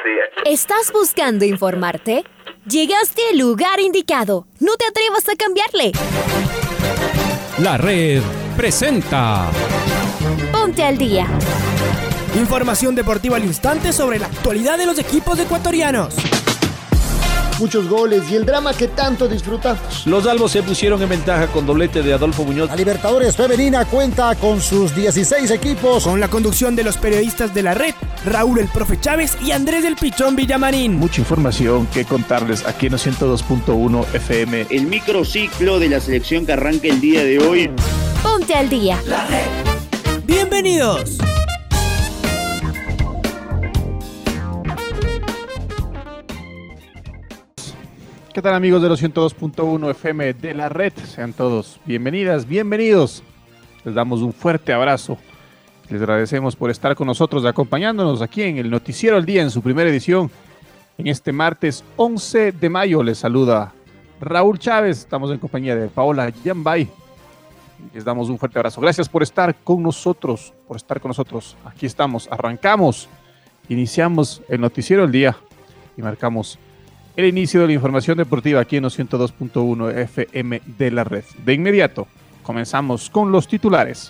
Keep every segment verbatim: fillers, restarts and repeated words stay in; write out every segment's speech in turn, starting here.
¿Estás buscando informarte? Llegaste al lugar indicado. No te atrevas a cambiarle. La Red presenta Ponte al día. Información deportiva al instante sobre la actualidad de los equipos ecuatorianos. Muchos goles y el drama que tanto disfrutamos. Los albos se pusieron en ventaja con doblete de Adolfo Muñoz. La Libertadores Femenina cuenta con sus dieciséis equipos. Con la conducción de los periodistas de La Red, Raúl el Profe Chávez y Andrés el Pichón Villamarín. Mucha información que contarles aquí en los ciento dos punto uno F M. El microciclo de la selección que arranca el día de hoy. Ponte al día. La Red. Bienvenidos. ¿Qué tal, amigos de los ciento dos punto uno F M de La Red? Sean todos bienvenidas, bienvenidos. Les damos un fuerte abrazo. Les agradecemos por estar con nosotros, acompañándonos aquí en el Noticiero al Día en su primera edición. En este martes once de mayo les saluda Raúl Chávez. Estamos en compañía de Paola Yambay. Les damos un fuerte abrazo. Gracias por estar con nosotros, por estar con nosotros. Aquí estamos, arrancamos, iniciamos el Noticiero al Día y marcamos el inicio de la información deportiva aquí en los ciento dos punto uno F M de La Red. De inmediato, comenzamos con los titulares.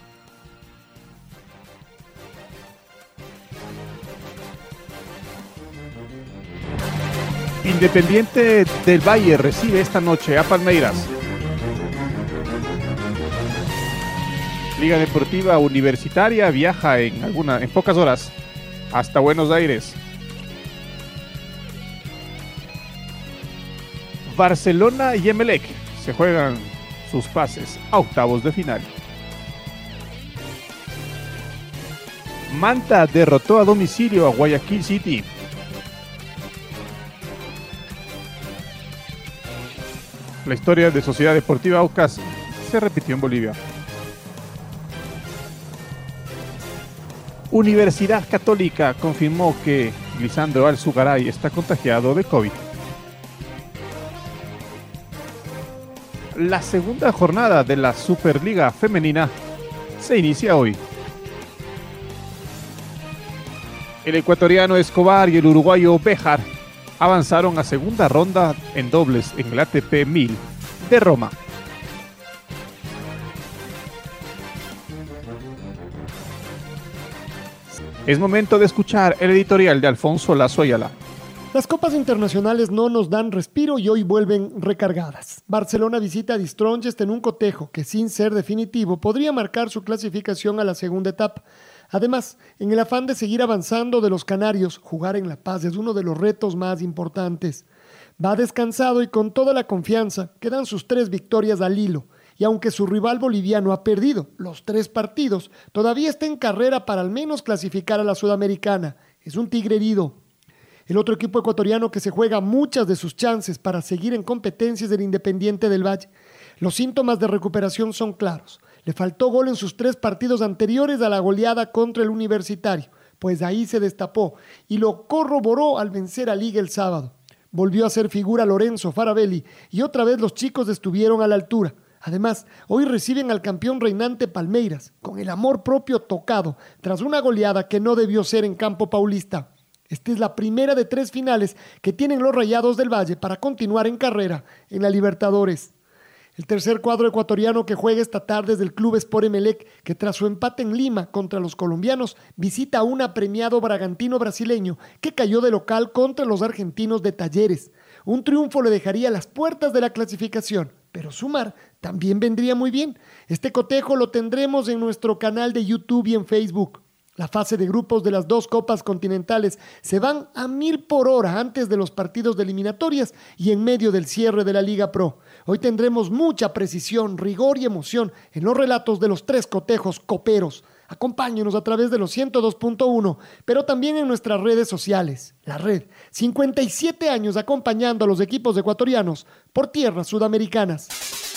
Independiente del Valle recibe esta noche a Palmeiras. Liga Deportiva Universitaria viaja en, alguna, en pocas horas hasta Buenos Aires. Barcelona y Emelec se juegan sus pases a octavos de final. Manta derrotó a domicilio a Guayaquil City. La historia de Sociedad Deportiva Aucas se repitió en Bolivia. Universidad Católica confirmó que Lisandro Alzugaray está contagiado de COVID. La segunda jornada de la Superliga Femenina se inicia hoy. El ecuatoriano Escobar y el uruguayo Béjar avanzaron a segunda ronda en dobles en el A T P mil de Roma. Es momento de escuchar el editorial de Alfonso Lazo Ayala. Las copas internacionales no nos dan respiro y hoy vuelven recargadas. Barcelona visita a Die Strongest en un cotejo que, sin ser definitivo, podría marcar su clasificación a la segunda etapa. Además, en el afán de seguir avanzando de los canarios, jugar en La Paz es uno de los retos más importantes. Va descansado y con toda la confianza que dan sus tres victorias al hilo. Y aunque su rival boliviano ha perdido los tres partidos, todavía está en carrera para al menos clasificar a la Sudamericana. Es un tigre herido. El otro equipo ecuatoriano que se juega muchas de sus chances para seguir en competencias del Independiente del Valle. Los síntomas de recuperación son claros. Le faltó gol en sus tres partidos anteriores a la goleada contra el Universitario, pues ahí se destapó y lo corroboró al vencer a Liga el sábado. Volvió a ser figura Lorenzo Farabelli y otra vez los chicos estuvieron a la altura. Además, hoy reciben al campeón reinante Palmeiras, con el amor propio tocado, tras una goleada que no debió ser en campo paulista. Esta es la primera de tres finales que tienen los Rayados del Valle para continuar en carrera en la Libertadores. El tercer cuadro ecuatoriano que juega esta tarde es del Club Sport Emelec, que tras su empate en Lima contra los colombianos, visita a un apremiado Bragantino brasileño que cayó de local contra los argentinos de Talleres. Un triunfo le dejaría las puertas de la clasificación, pero sumar también vendría muy bien. Este cotejo lo tendremos en nuestro canal de YouTube y en Facebook. La fase de grupos de las dos copas continentales se van a mil por hora antes de los partidos de eliminatorias y en medio del cierre de la Liga Pro. Hoy tendremos mucha precisión, rigor y emoción en los relatos de los tres cotejos coperos. Acompáñenos a través de los ciento dos punto uno, pero también en nuestras redes sociales. La Red, cincuenta y siete años acompañando a los equipos ecuatorianos por tierras sudamericanas.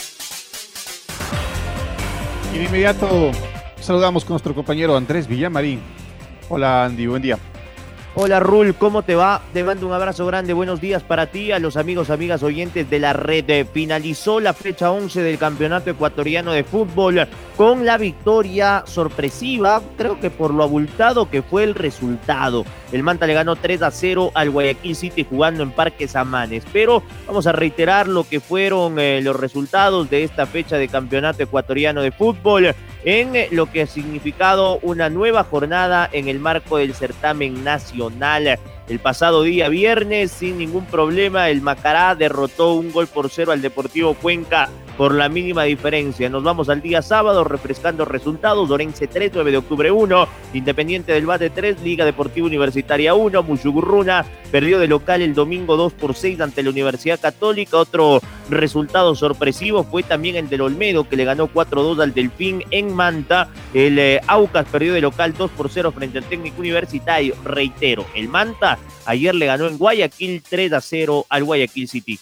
Y de inmediato saludamos con nuestro compañero Andrés Villamarín. Hola, Andy, buen día. Hola Rul, ¿cómo te va? Te mando un abrazo grande, buenos días para ti, a los amigos, amigas, oyentes de la red. Finalizó la fecha once del Campeonato Ecuatoriano de Fútbol con la victoria sorpresiva, creo que por lo abultado que fue el resultado. El Manta le ganó tres a cero al Guayaquil City jugando en Parque Samanes, pero vamos a reiterar lo que fueron eh, los resultados de esta fecha de Campeonato Ecuatoriano de Fútbol en eh, lo que ha significado una nueva jornada en el marco del certamen nacional. El pasado día viernes, sin ningún problema, el Macará derrotó un gol por cero al Deportivo Cuenca por la mínima diferencia. Nos vamos al día sábado refrescando resultados. Orense tres, nueve de octubre uno, Independiente del Valle tres, Liga Deportiva Universitaria uno, Mushugurruna perdió de local el domingo dos por seis ante la Universidad Católica. Otro resultado sorpresivo fue también el del Olmedo, que le ganó cuatro dos al Delfín en Manta. El eh, Aucas perdió de local dos por cero frente al Técnico Universitario. Reitero, el Manta ayer le ganó en Guayaquil tres a cero al Guayaquil City.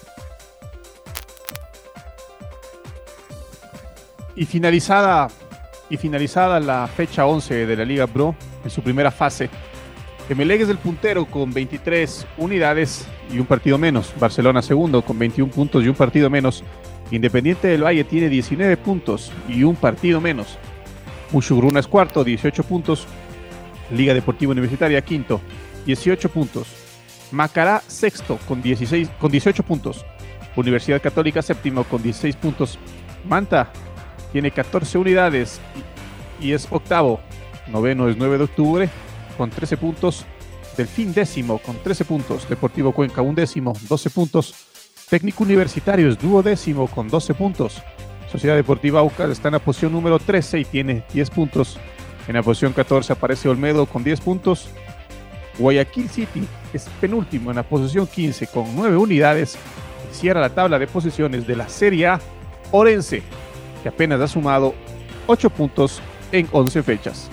Y finalizada, y finalizada la fecha once de la Liga Pro en su primera fase, Emelec es el puntero con veintitrés unidades y un partido menos. Barcelona segundo con veintiún puntos y un partido menos. Independiente del Valle tiene diecinueve puntos y un partido menos. Mushuguruna es cuarto, dieciocho puntos. Liga Deportiva Universitaria quinto, dieciocho puntos. Macará sexto con, dieciséis, con dieciocho puntos. Universidad Católica séptimo con dieciséis puntos. Manta tiene catorce unidades y, y es octavo. Noveno es nueve de octubre con trece puntos. Delfín décimo con trece puntos. Deportivo Cuenca undécimo, doce puntos. Técnico Universitario es duodécimo con doce puntos. Sociedad Deportiva Aucas está en la posición número trece y tiene diez puntos. En la posición catorce aparece Olmedo con diez puntos. Guayaquil City es penúltimo en la posición quince con nueve unidades. Cierra la tabla de posiciones de la Serie A Orense, que apenas ha sumado ocho puntos en once fechas.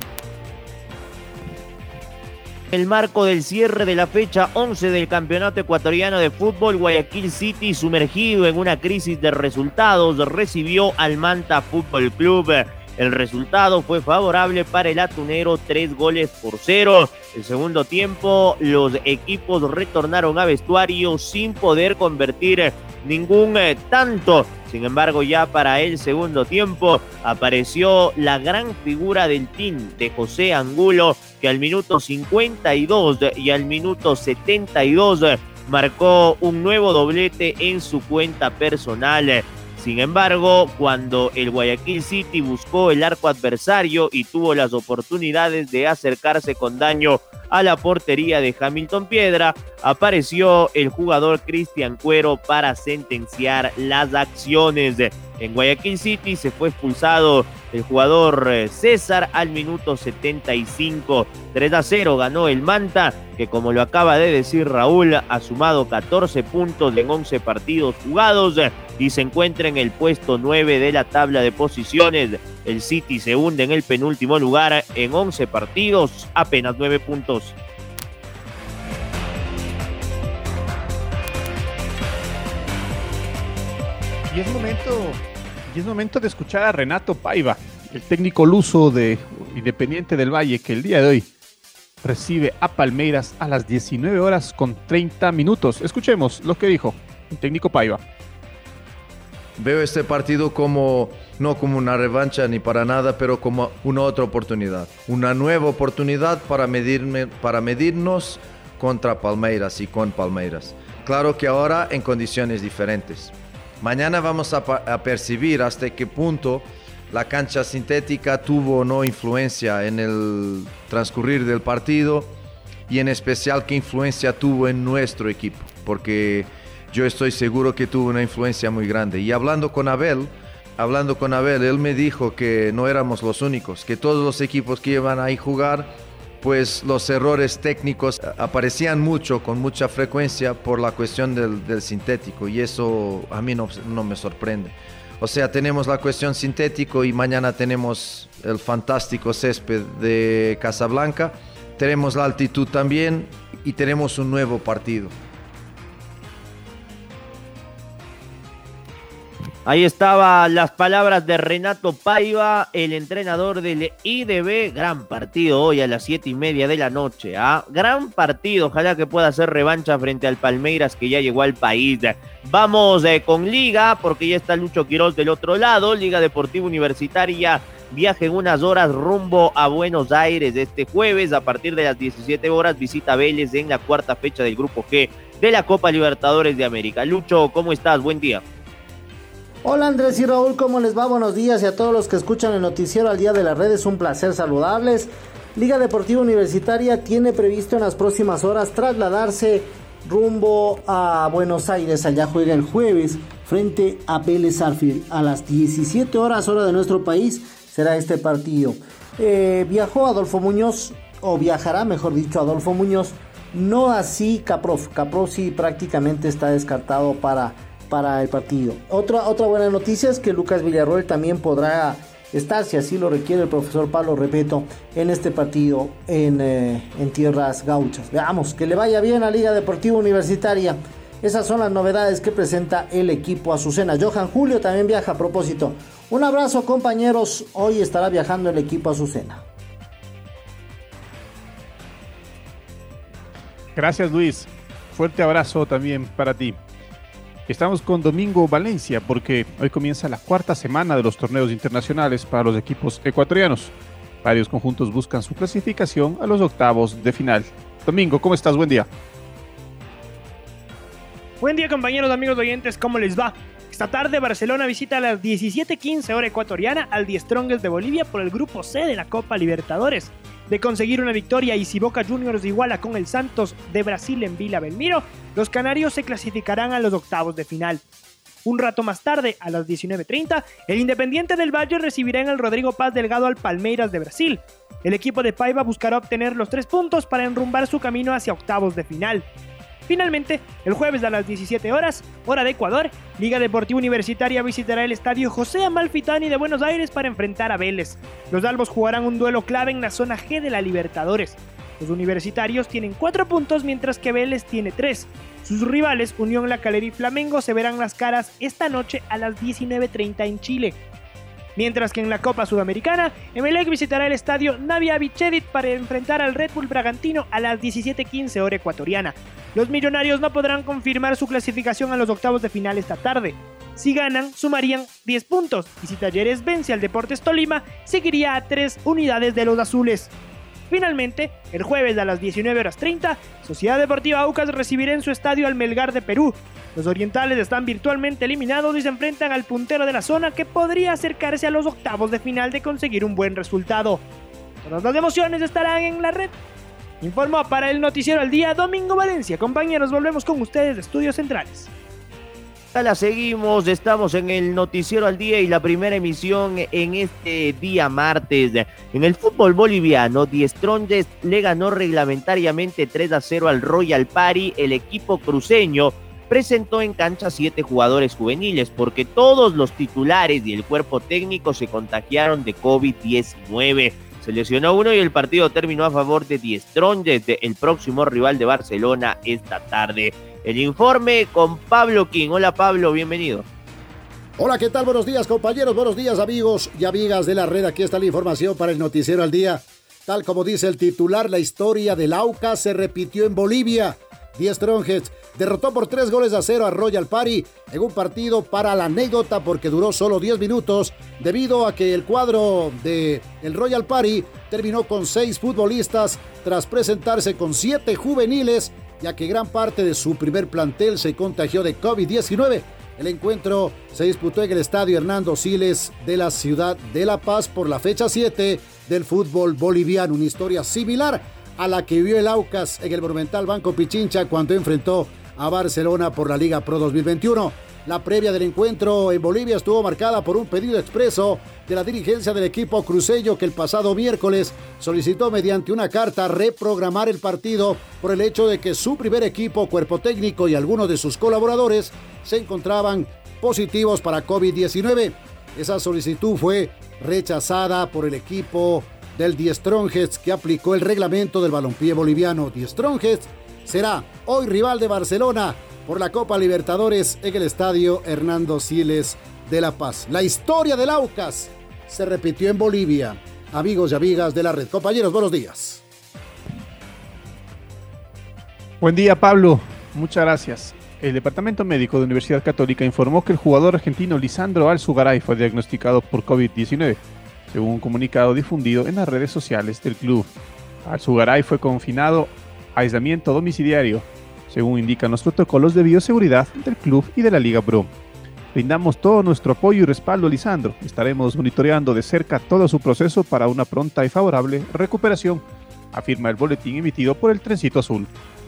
El marco del cierre de la fecha once del Campeonato Ecuatoriano de Fútbol, Guayaquil City, sumergido en una crisis de resultados, recibió al Manta Fútbol Club. El resultado fue favorable para el atunero, tres goles por cero. El segundo tiempo, los equipos retornaron a vestuario sin poder convertir ningún eh, tanto. Sin embargo, ya para el segundo tiempo apareció la gran figura del team de José Angulo, que al minuto cincuenta y dos y al minuto setenta y dos marcó un nuevo doblete en su cuenta personal. Sin embargo, cuando el Guayaquil City buscó el arco adversario y tuvo las oportunidades de acercarse con daño a la portería de Hamilton Piedra, apareció el jugador Cristian Cuero para sentenciar las acciones. En Guayaquil City se fue expulsado el jugador César al minuto setenta y cinco. tres a cero ganó el Manta, que como lo acaba de decir Raúl, ha sumado catorce puntos en once partidos jugados y se encuentra en el puesto nueve de la tabla de posiciones. El City se hunde en el penúltimo lugar en once partidos, apenas nueve puntos. Y es momento, y es momento de escuchar a Renato Paiva, el técnico luso de Independiente del Valle, que el día de hoy recibe a Palmeiras a las diecinueve horas con treinta minutos. Escuchemos lo que dijo el técnico Paiva. Veo este partido como, no como una revancha ni para nada, pero como una otra oportunidad. Una nueva oportunidad para, medirme, para medirnos contra Palmeiras y con Palmeiras. Claro que ahora en condiciones diferentes. Mañana vamos a, a percibir hasta qué punto la cancha sintética tuvo o no influencia en el transcurrir del partido y en especial qué influencia tuvo en nuestro equipo, porque yo estoy seguro que tuvo una influencia muy grande. Y hablando con Abel, hablando con Abel, él me dijo que no éramos los únicos, que todos los equipos que iban a jugar, pues los errores técnicos aparecían mucho, con mucha frecuencia por la cuestión del, del sintético, y eso a mí no, no me sorprende. O sea, tenemos la cuestión sintético y mañana tenemos el fantástico césped de Casablanca, tenemos la altitud también y tenemos un nuevo partido. Ahí estaban las palabras de Renato Paiva, el entrenador del I D B. Gran partido hoy a las siete y media de la noche. ¿ah? Gran partido, ojalá que pueda hacer revancha frente al Palmeiras que ya llegó al país. Vamos eh, con Liga, porque ya está Lucho Quiroz del otro lado. Liga Deportiva Universitaria viaja en unas horas rumbo a Buenos Aires este jueves. A partir de las diecisiete horas visita Vélez en la cuarta fecha del Grupo G de la Copa Libertadores de América. Lucho, ¿cómo estás? Buen día. Hola Andrés y Raúl, ¿cómo les va? Buenos días, y a todos los que escuchan el noticiero al día de las redes, un placer saludarles. Liga Deportiva Universitaria tiene previsto en las próximas horas trasladarse rumbo a Buenos Aires. Allá juega el jueves frente a Vélez Sarsfield. A las diecisiete horas hora de nuestro país será este partido. Eh, viajó Adolfo Muñoz, o viajará mejor dicho Adolfo Muñoz, no así Caprof. Caprof sí prácticamente está descartado para... para el partido. Otra, otra buena noticia es que Lucas Villarroel también podrá estar, si así lo requiere el profesor Pablo Repeto, en este partido en, eh, en tierras gauchas. Veamos, que le vaya bien a Liga Deportiva Universitaria. Esas son las novedades que presenta el equipo Azucena. Johan Julio también viaja a propósito. Un abrazo, compañeros, hoy estará viajando el equipo Azucena. Gracias, Luis. Fuerte abrazo también para ti. Estamos con Domingo Valencia porque hoy comienza la cuarta semana de los torneos internacionales para los equipos ecuatorianos. Varios conjuntos buscan su clasificación a los octavos de final. Domingo, ¿cómo estás? Buen día. Buen día, compañeros, amigos oyentes, ¿cómo les va? Esta tarde Barcelona visita a las diecisiete quince hora ecuatoriana al Die Strongest de Bolivia por el grupo C de la Copa Libertadores. De conseguir una victoria y si Boca Juniors iguala con el Santos de Brasil en Vila Belmiro, los canarios se clasificarán a los octavos de final. Un rato más tarde, a las diecinueve treinta, el Independiente del Valle recibirá en el Rodrigo Paz Delgado al Palmeiras de Brasil. El equipo de Paiva buscará obtener los tres puntos para enrumbar su camino hacia octavos de final. Finalmente, el jueves a las diecisiete horas, hora de Ecuador, Liga Deportiva Universitaria visitará el estadio José Amalfitani de Buenos Aires para enfrentar a Vélez. Los albos jugarán un duelo clave en la zona G de la Libertadores. Los universitarios tienen cuatro puntos mientras que Vélez tiene tres. Sus rivales, Unión La Calera y Flamengo, se verán las caras esta noche a las diecinueve treinta en Chile. Mientras que en la Copa Sudamericana, Emelec visitará el estadio Navia Bichedit para enfrentar al Red Bull Bragantino a las diecisiete quince hora ecuatoriana. Los millonarios no podrán confirmar su clasificación a los octavos de final esta tarde. Si ganan, sumarían diez puntos, y si Talleres vence al Deportes Tolima, seguiría a tres unidades de los azules. Finalmente, el jueves a las diecinueve horas treinta, Sociedad Deportiva Aucas recibirá en su estadio al Melgar de Perú. Los orientales están virtualmente eliminados y se enfrentan al puntero de la zona que podría acercarse a los octavos de final de conseguir un buen resultado. Todas las emociones estarán en la red. Informó para el Noticiero al Día Domingo Valencia. Compañeros, volvemos con ustedes de Estudios Centrales. La seguimos, estamos en el Noticiero al Día y la primera emisión en este día martes. En el fútbol boliviano, Die Strongest le ganó reglamentariamente tres a cero al Royal Party. El equipo cruceño presentó en cancha siete jugadores juveniles porque todos los titulares y el cuerpo técnico se contagiaron de COVID diecinueve. Se lesionó uno y el partido terminó a favor de Die Strongest, el próximo rival de Barcelona esta tarde. El informe con Pablo King. Hola Pablo, bienvenido. Hola, ¿qué tal? Buenos días, compañeros, buenos días, amigos y amigas de la red. Aquí está la información para el Noticiero al Día. Tal como dice el titular, la historia del Aucas se repitió en Bolivia. Die Strongest derrotó por tres goles a cero a Royal Party en un partido para la anécdota porque duró solo diez minutos debido a que el cuadro de el Royal Party terminó con seis futbolistas tras presentarse con siete juveniles, ya que gran parte de su primer plantel se contagió de COVID diecinueve. El encuentro se disputó en el estadio Hernando Siles de la ciudad de La Paz por la fecha siete del fútbol boliviano. Una historia similar a la que vivió el Aucas en el Monumental Banco Pichincha cuando enfrentó a Barcelona por la Liga Pro dos mil veintiuno. La previa del encuentro en Bolivia estuvo marcada por un pedido expreso de la dirigencia del equipo cruceño que el pasado miércoles solicitó mediante una carta reprogramar el partido por el hecho de que su primer equipo, cuerpo técnico y algunos de sus colaboradores se encontraban positivos para COVID diecinueve. Esa solicitud fue rechazada por el equipo del Die Strongest que aplicó el reglamento del balompié boliviano. Die Strongest será hoy rival de Barcelona por la Copa Libertadores en el estadio Hernando Siles de La Paz. La historia del Aucas se repitió en Bolivia. Amigos y amigas de la red. Compañeros, buenos días. Buen día, Pablo. Muchas gracias. El Departamento Médico de Universidad Católica informó que el jugador argentino Lisandro Alzugaray fue diagnosticado por COVID diecinueve, según un comunicado difundido en las redes sociales del club. Alzugaray fue confinado a aislamiento domiciliario, según indican los protocolos de bioseguridad del club y de la Liga Pro. Brindamos todo nuestro apoyo y respaldo a Lisandro. Estaremos monitoreando de cerca todo su proceso para una pronta y favorable recuperación, afirma el boletín emitido por el Trencito Azul.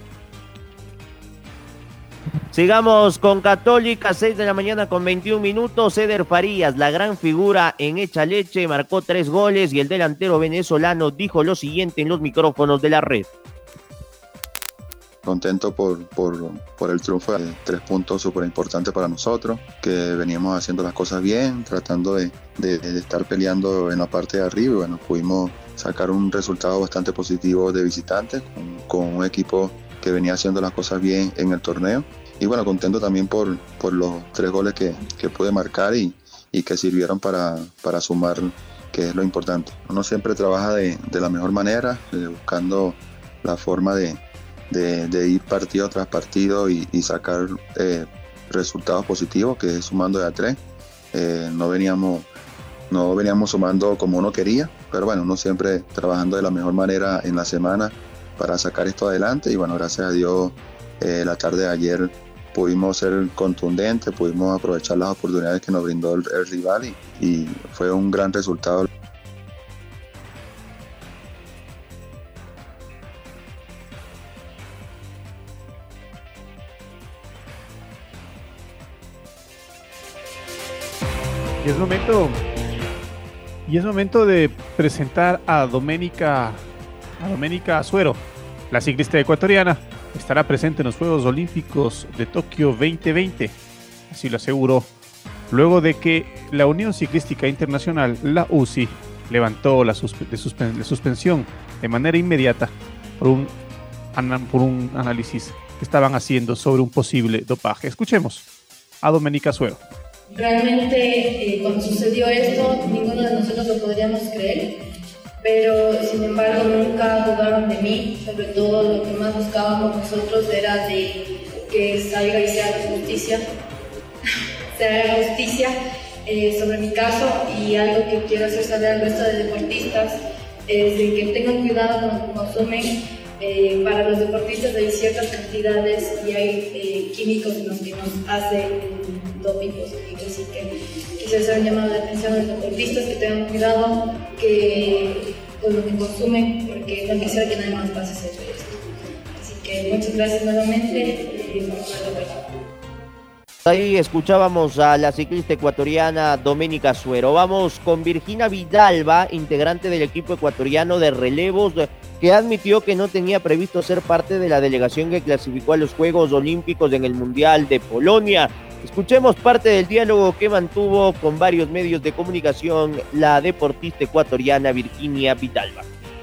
Sigamos con Católica, seis de la mañana con veintiún minutos. Eder Farías, la gran figura en Hecha Leche, marcó tres goles y el delantero venezolano dijo lo siguiente en los micrófonos de la red. Contento por, por, por el triunfo, tres puntos súper importantes para nosotros, que veníamos haciendo las cosas bien, tratando de, de, de estar peleando en la parte de arriba y bueno, pudimos sacar un resultado bastante positivo de visitantes con, con un equipo que venía haciendo las cosas bien en el torneo y bueno, contento también por, por los tres goles que, que pude marcar y, y que sirvieron para, para sumar, que es lo importante. Uno siempre trabaja de, de la mejor manera, eh, buscando la forma de De, de ir partido tras partido y, y sacar eh, resultados positivos, que es sumando de a tres. Eh, no veníamos no veníamos sumando como uno quería, pero bueno, uno siempre trabajando de la mejor manera en la semana para sacar esto adelante y bueno, gracias a Dios eh, la tarde de ayer pudimos ser contundentes, pudimos aprovechar las oportunidades que nos brindó el, el rival y, y fue un gran resultado. Y es momento, y es momento de presentar a Doménica, a Doménica Azuero, la ciclista ecuatoriana. Estará presente en los Juegos Olímpicos de Tokio veinte veinte, así lo aseguró, luego de que la Unión Ciclística Internacional, la U C I, levantó la, suspe- de suspen- la suspensión de manera inmediata por un, an- por un análisis que estaban haciendo sobre un posible dopaje. Escuchemos a Doménica Azuero. Realmente eh, cuando sucedió esto, ninguno de nosotros lo podríamos creer, pero sin embargo nunca dudaron de mí. Sobre todo lo que más buscábamos nosotros era de que salga y se haga justicia, se haga justicia eh, sobre mi caso, y algo que quiero hacer saber al resto de deportistas es de que tengan cuidado con lo que consumen. Eh, para los deportistas hay ciertas cantidades y hay eh, químicos en los que nos hacen doping positivo, así que quisiera hacer un llamado de atención a los deportistas que tengan cuidado que, con lo que consumen, porque no quisiera que nadie más pase ese esto. Así que muchas gracias nuevamente eh, por el apoyo. Ahí escuchábamos a la ciclista ecuatoriana Doménica Azuero. Vamos con Virginia Vidalba, integrante del equipo ecuatoriano de relevos, que admitió que no tenía previsto ser parte de la delegación que clasificó a los Juegos Olímpicos en el Mundial de Polonia. Escuchemos parte del diálogo que mantuvo con varios medios de comunicación la deportista ecuatoriana Virginia Vidalba.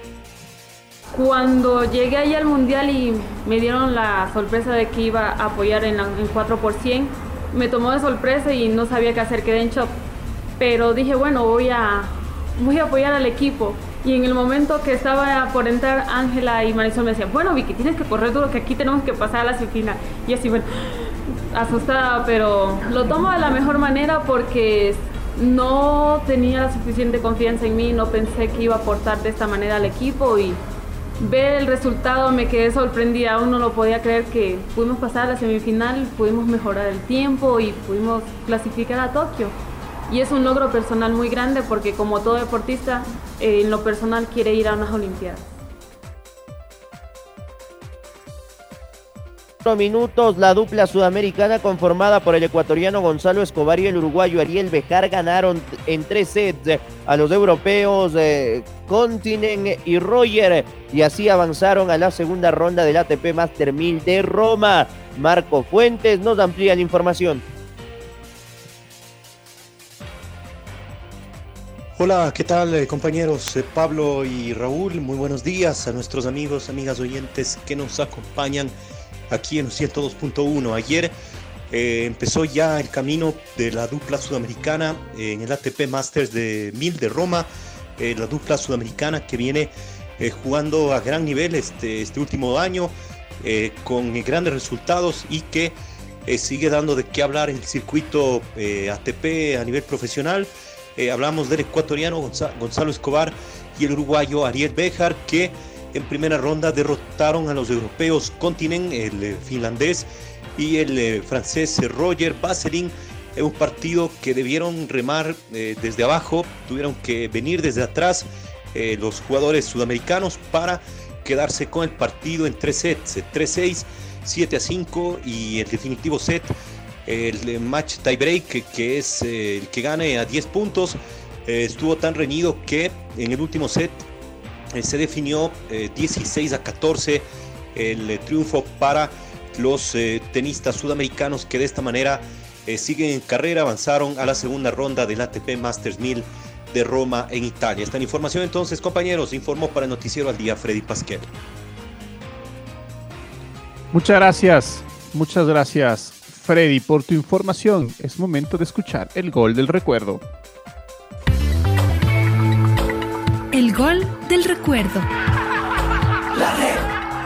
Cuando llegué allá al Mundial y me dieron la sorpresa de que iba a apoyar en, la, en cuatro por cien, me tomó de sorpresa y no sabía qué hacer, quedé en shock. Pero dije, bueno, voy a, voy a apoyar al equipo. Y en el momento que estaba por entrar, Ángela y Marisol me decían, bueno, Vicky, tienes que correr duro, que aquí tenemos que pasar a la semifinal. Y así, bueno, asustada, pero lo tomo de la mejor manera porque no tenía la suficiente confianza en mí, no pensé que iba a aportar de esta manera al equipo, y ver el resultado me quedé sorprendida. Aún no lo podía creer que pudimos pasar a la semifinal, pudimos mejorar el tiempo y pudimos clasificar a Tokio. Y es un logro personal muy grande porque, como todo deportista, eh, en lo personal quiere ir a unas Olimpiadas. Minutos, la dupla sudamericana conformada por el ecuatoriano Gonzalo Escobar y el uruguayo Ariel Bejar ganaron en tres sets a los europeos eh, Continen y Roger, y así avanzaron a la segunda ronda del A T P Master mil de Roma. Marco Fuentes nos amplía la información. Hola, ¿qué tal compañeros? Eh, Pablo y Raúl, muy buenos días a nuestros amigos, amigas oyentes que nos acompañan aquí en ciento dos punto uno. Ayer Eh, empezó ya el camino de la dupla sudamericana eh, en el A T P Masters de mil de Roma, eh, la dupla sudamericana que viene eh, jugando a gran nivel este, este último año, eh, con grandes resultados y que eh, sigue dando de qué hablar en el circuito eh, A T P a nivel profesional. Eh, hablamos del ecuatoriano Gonzalo, Gonzalo Escobar y el uruguayo Ariel Bejar, que en primera ronda derrotaron a los europeos Continent, el eh, finlandés, y el eh, francés Roger Vasselin, en un partido que debieron remar eh, desde abajo, tuvieron que venir desde atrás eh, los jugadores sudamericanos para quedarse con el partido en tres sets, tres a seis, siete a cinco y el definitivo set, el eh, match tiebreak, que, que es eh, el que gane a diez puntos, eh, estuvo tan reñido que en el último set eh, se definió eh, dieciséis a catorce el eh, triunfo para los eh, tenistas sudamericanos, que de esta manera eh, siguen en carrera, avanzaron a la segunda ronda del A T P Masters mil de Roma en Italia. Esta información entonces, compañeros, informó para el Noticiero al Día Freddy Pasquel. Muchas gracias, muchas gracias Freddy por tu información. Es momento de escuchar el gol del recuerdo. El gol del recuerdo. La red.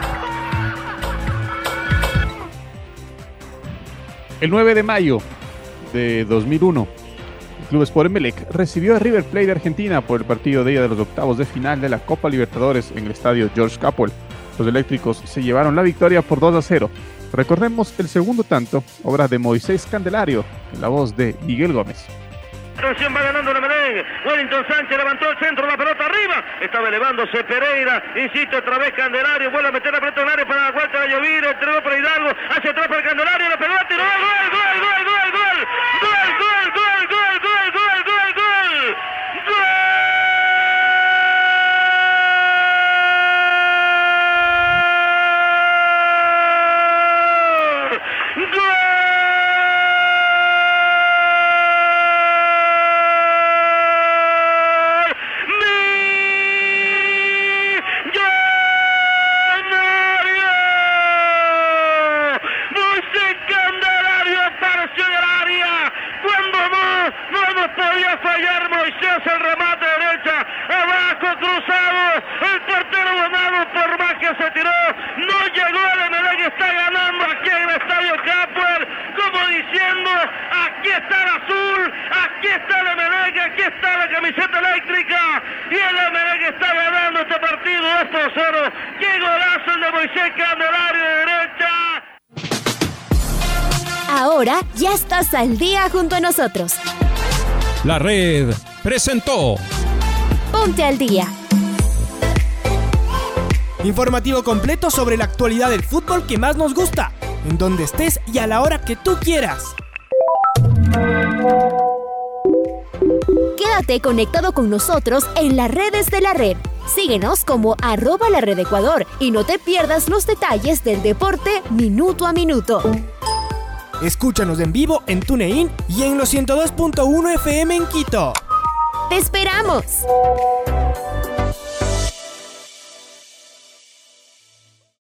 El nueve de mayo de dos mil uno, el Club Sport Emelec recibió a River Plate de Argentina por el partido de ida de los octavos de final de la Copa Libertadores en el estadio George Capwell. Los eléctricos se llevaron la victoria por dos a cero. Recordemos el segundo tanto, obra de Moisés Candelario, en la voz de Miguel Gómez. Atención, va ganando el Emelec. Wellington Sánchez levantó el centro, la pelota arriba. Estaba elevándose Pereira. Insiste otra vez Candelario. Vuelve a meter la pelota en el área para la vuelta de Llovir. Entregó para Hidalgo. Hacia atrás para Candelario. La pelota tiró. ¡Gol, gol, gol, gol, gol! ¡Gol, gol, gol, gol, gol, gol, gol, gol! ¡Gol! Fallar Moisés, el remate derecha, abajo cruzado, el portero Bonado, por más que se tiró, no llegó. El Emelec está ganando aquí en el estadio Capwell, como diciendo, aquí está el azul, aquí está el Emelec, aquí está la camiseta eléctrica, y el Emelec está ganando este partido dos por cero. ¡Qué golazo el de Moisés Candelario de derecha! Ahora ya estás al día junto a nosotros. La red presentó Ponte al Día. Informativo completo sobre la actualidad del fútbol que más nos gusta, en donde estés y a la hora que tú quieras. Quédate conectado con nosotros en las redes de la red. Síguenos como arroba la red Ecuador y no te pierdas los detalles del deporte minuto a minuto. Escúchanos en vivo en TuneIn y en los ciento dos punto uno F M en Quito. ¡Te esperamos!